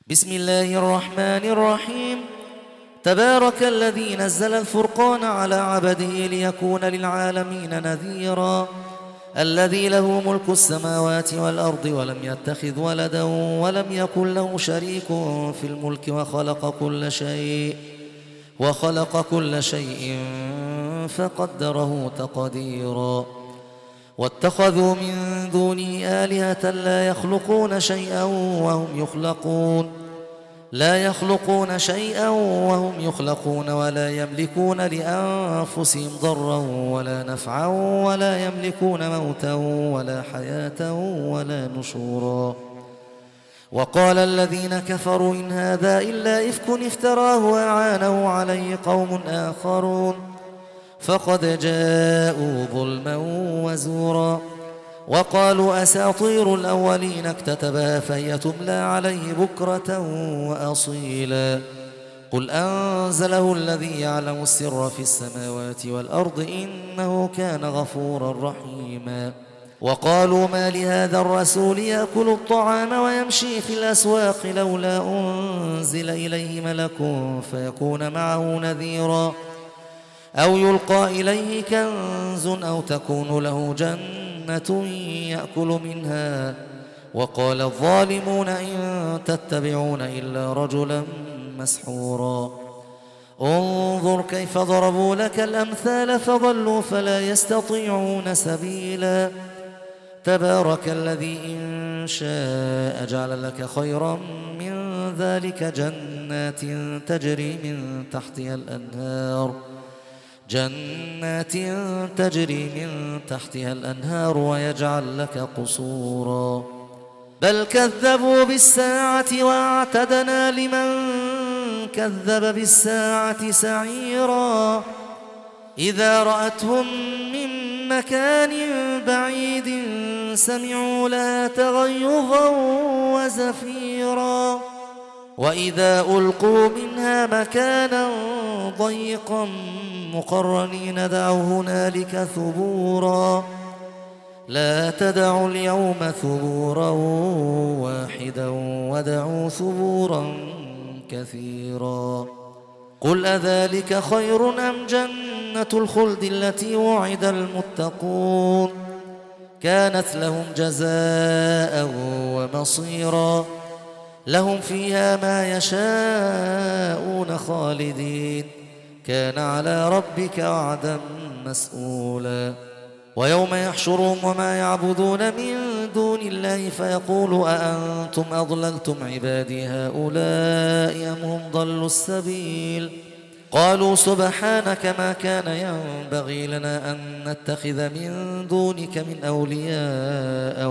بسم الله الرحمن الرحيم. تبارك الذي نزل الفرقان على عبده ليكون للعالمين نذيرا. الذي له ملك السماوات والأرض ولم يتخذ ولدا ولم يكن له شريك في الملك وخلق كل شيء فقدره تقديرا. واتخذوا من دونه آلهة لا يخلقون شيئا وهم يخلقون ولا يملكون لأنفسهم ضرا ولا نفعا ولا يملكون موتا ولا حياة ولا نشورا. وقال الذين كفروا إن هذا إلا إفك افتراه وأعانه عليه قوم آخرون فقد جاءوا ظلما وزورا. وقالوا أساطير الأولين اكتتبها فهي تملى عليه بكرة وأصيلا. قل أنزله الذي يعلم السر في السماوات والأرض إنه كان غفورا رحيما. وقالوا ما لهذا الرسول يأكل الطعام ويمشي في الأسواق لولا أنزل إليه ملك فيكون معه نذيرا أو يلقى إليه كنز أو تكون له جنة يأكل منها. وقال الظالمون إن تتبعون إلا رجلا مسحورا. انظر كيف ضربوا لك الأمثال فضلوا فلا يستطيعون سبيلا. تبارك الذي إن شاء جعل لك خيرا من ذلك جنات تجري من تحتها الأنهار ويجعل لك قصورا. بل كذبوا بالساعة وأعتدنا لمن كذب بالساعة سعيرا. إذا رأتهم من مكان بعيد سمعوا لها تغيظا وزفيرا. وإذا ألقوا منها مكانا ضيقا مقرنين دعوا هنالك ثبورا. لا تدعوا اليوم ثبورا واحدا ودعوا ثبورا كثيرا. قل أذلك خير أم جنة الخلد التي وعد المتقون كانت لهم جزاء ومصيرا. لهم فيها ما يشاءون خالدين كان على ربك وعدا مسئولا. ويوم يحشرهم وما يعبدون من دون الله فيقول أأنتم أضللتم عبادي هؤلاء أم هم ضلوا السبيل. قالوا سبحانك ما كان ينبغي لنا أن نتخذ من دونك من أولياء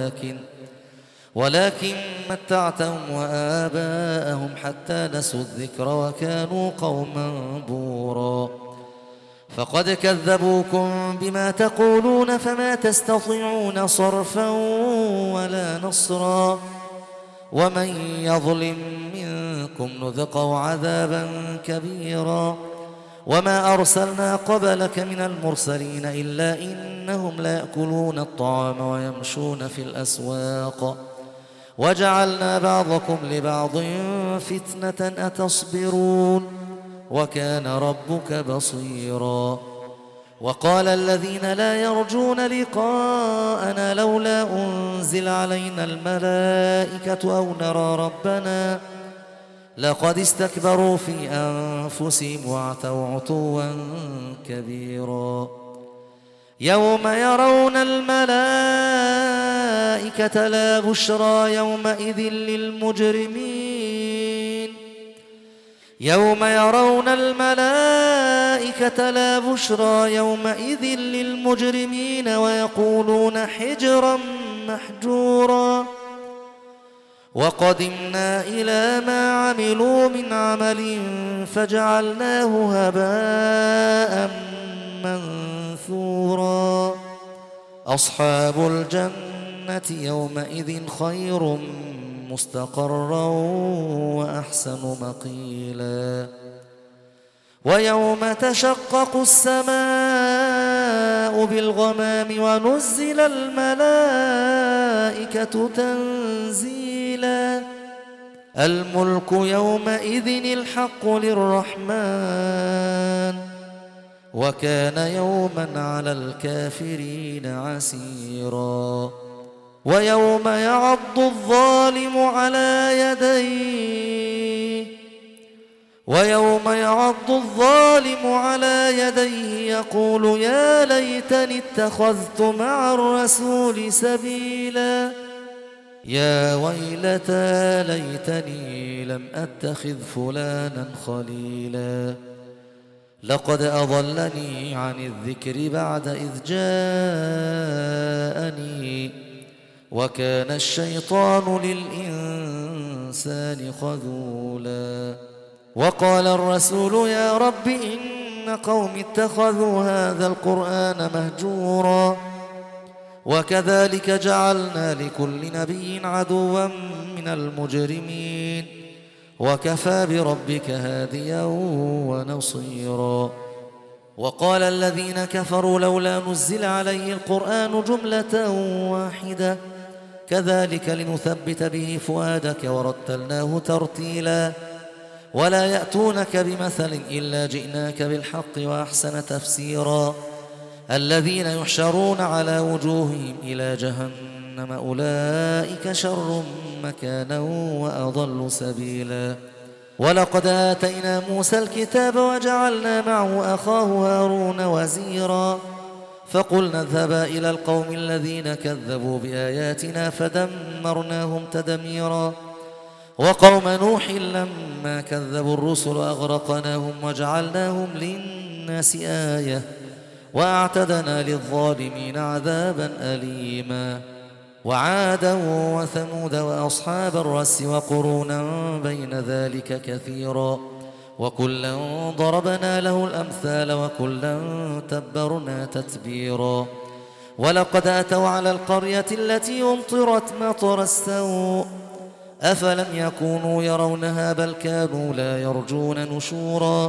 ولكن متعتهم وآباءهم حتى نسوا الذكر وكانوا قوما بورا. فقد كذبوكم بما تقولون فما تستطيعون صرفا ولا نصرا. ومن يظلم منكم نذقه عذابا كبيرا. وما أرسلنا قبلك من المرسلين إلا إنهم ليأكلون الطعام ويمشون في الأسواق وجعلنا بعضكم لبعض فتنة أتصبرون وكان ربك بصيرا. وقال الذين لا يرجون لقاءنا لولا أنزل علينا الملائكة أو نرى ربنا لقد استكبروا في أنفسهم وعتوا عتوا كبيرا. يوم يرون الملائكة لا بشرى يومئذ للمجرمين ويقولون حجرا محجورا. وقدمنا إلى ما عملوا من عمل فجعلناه هباء منثورا. أصحاب الجنة يومئذ خير مستقرا وأحسن مقيلا. ويوم تشقق السماء بالغمام ونزل الملائكة تنزيلا الملك يومئذ الحق للرحمن وكان يوما على الكافرين عسيرا ويوم يعض الظالم على يديه يقول يا ليتني اتخذت مع الرسول سبيلا يا ويلتى ليتني لم أتخذ فلانا خليلا لقد أضلني عن الذكر بعد إذ جاءني وكان الشيطان للإنسان خذولا وقال الرسول يا رب إن قوم اتخذوا هذا القرآن مهجورا وكذلك جعلنا لكل نبي عدوا من المجرمين وكفى بربك هاديا ونصيرا وقال الذين كفروا لولا نزل عليه القرآن جملة واحدة كذلك لنثبت به فؤادك ورتلناه ترتيلا ولا يأتونك بمثل إلا جئناك بالحق وأحسن تفسيرا الذين يحشرون على وجوههم إلى جهنم أولئك شر مكانا وأضل سبيلا ولقد آتينا موسى الكتاب وجعلنا معه أخاه هارون وزيرا فقلنا اذهبا إلى القوم الذين كذبوا بآياتنا فدمرناهم تدميرا وقوم نوح لما كذبوا الرسل أغرقناهم وجعلناهم للناس آية وأعتدنا للظالمين عذابا أليما وعادا وثمود وأصحاب الرس وقرونا بين ذلك كثيرا وكلا ضربنا له الأمثال وكلا تبرنا تتبيرا ولقد أتوا على القرية التي أمطرت مطر السوء أفلم يكونوا يرونها بل كانوا لا يرجون نشورا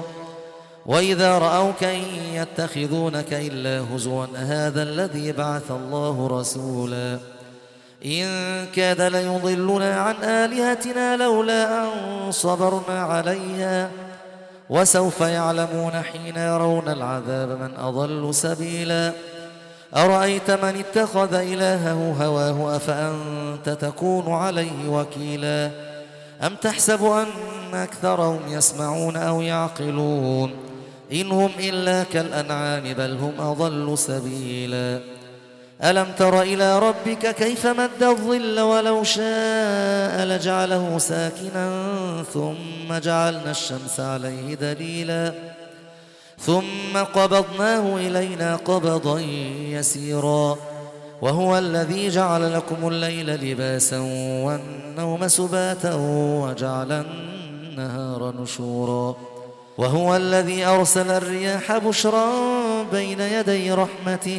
وإذا رأوك إن يتخذونك إلا هزوا هذا الذي بعث الله رسولا إن كاد ليضلنا عن آلهتنا لولا أن صبرنا عليها وسوف يعلمون حين يرون العذاب من أضل سبيلا أرأيت من اتخذ إلهه هواه أفأنت تكون عليه وكيلا أم تحسب أن أكثرهم يسمعون أو يعقلون إن هم إلا كالأنعام بل هم أضل سبيلا ألم تر إلى ربك كيف مد الظل ولو شاء لجعله ساكنا ثم جعلنا الشمس عليه دليلا ثم قبضناه إلينا قبضا يسيرا وهو الذي جعل لكم الليل لباسا والنوم سباتا وجعل النهار نشورا وهو الذي أرسل الرياح بشرا بين يدي رحمته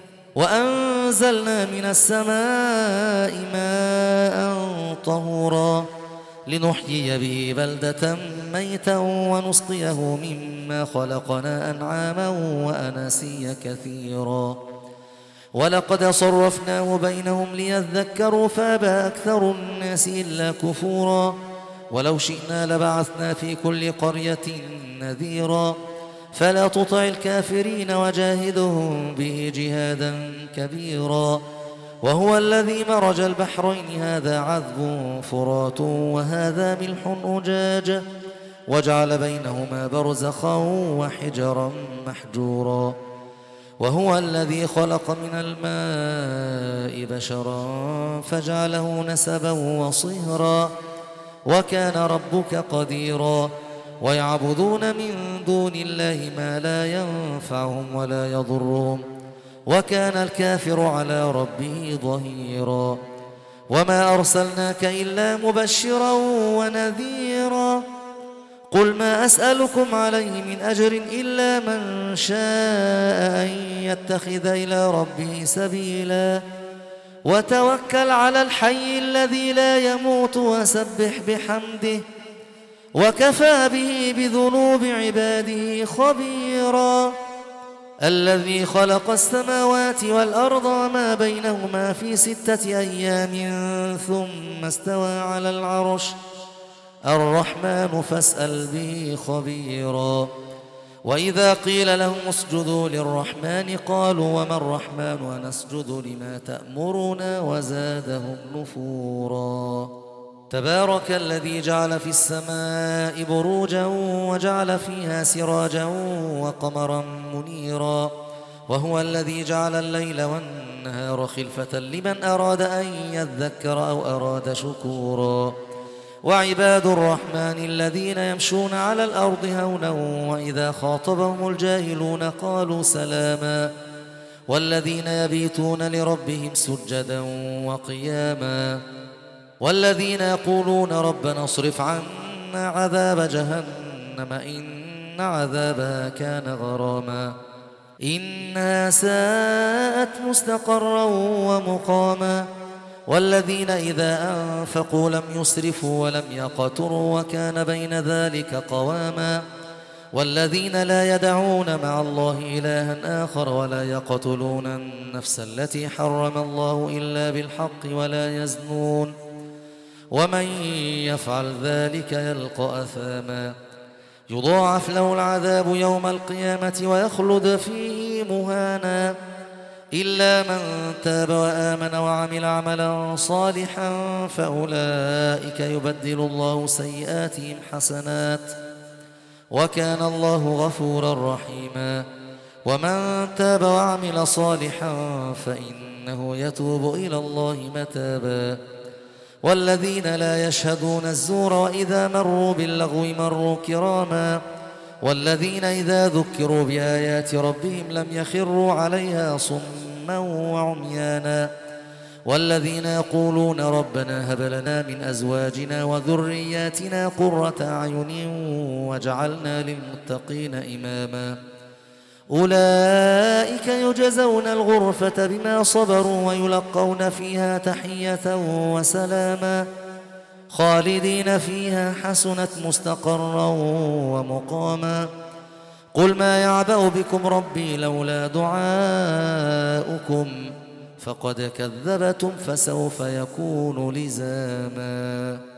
وأنزلنا من السماء ماء طهورا لنحيي به بلدة ميتا ونسقيه مما خلقنا أنعاما وأناسيا كثيرا ولقد صرفناه بينهم ليذكروا فأبى أكثر الناس إلا كفورا ولو شئنا لبعثنا في كل قرية نذيرا فلا تطع الكافرين وجاهدهم به جهادا كبيرا وهو الذي مرج البحرين هذا عذب فرات وهذا ملح أجاج وجعل بينهما برزخا وحجرا محجورا وهو الذي خلق من الماء بشرا فجعله نسبا وصهرا وكان ربك قديرا ويعبدون من دون الله ما لا ينفعهم ولا يضرهم وكان الكافر على ربه ظهيرا وما أرسلناك إلا مبشرا ونذيرا قل ما أسألكم عليه من أجر إلا من شاء أن يتخذ إلى ربه سبيلا وتوكل على الحي الذي لا يموت وسبح بحمده وكفى به بذنوب عباده خبيرا الذي خلق السماوات والأرض وما بينهما في 6 أيام ثم استوى على العرش الرحمن فاسأل به خبيرا. وإذا قيل لهم اسجدوا للرحمن قالوا وما الرحمن ونسجد لما تأمرنا وزادهم نفورا. تبارك الذي جعل في السماء بروجا وجعل فيها سراجا وقمرا منيرا، وهو الذي جعل الليل والنهار خلفة لمن أراد أن يذكر أو أراد شكورا. وعباد الرحمن الذين يمشون على الأرض هونا وإذا خاطبهم الجاهلون قالوا سلاما، والذين يبيتون لربهم سجدا وقياما، والذين يقولون ربنا اصرف عنا عذاب جهنم إن عذابها كان غراما إنها ساءت مستقرا ومقاما. والذين إذا أنفقوا لم يسرفوا ولم يقتروا وكان بين ذلك قواما. والذين لا يدعون مع الله إلها آخر ولا يقتلون النفس التي حرم الله إلا بالحق ولا يزنون ومن يفعل ذلك يلقى أثاما يضاعف له العذاب يوم القيامة ويخلد فيه مهانا إلا من تاب وآمن وعمل عملا صالحا فأولئك يبدل الله سيئاتهم حسنات وكان الله غفورا رحيما. ومن تاب وعمل صالحا فإنه يتوب إلى الله متابا. والذين لا يشهدون الزور وإذا مروا باللغو مروا كراما. والذين إذا ذكروا بآيات ربهم لم يخروا عليها صما وعميانا. والذين يقولون ربنا هب لنا من أزواجنا وذرياتنا قرة أعين واجعلنا للمتقين إماما. أولئك يجزون الغرفة بما صبروا ويلقون فيها تحية وسلاما خالدين فيها حسنت مستقرا ومقاما. قل ما يعبأ بكم ربي لولا دعاؤكم فقد كذبتم فسوف يكون لزاما.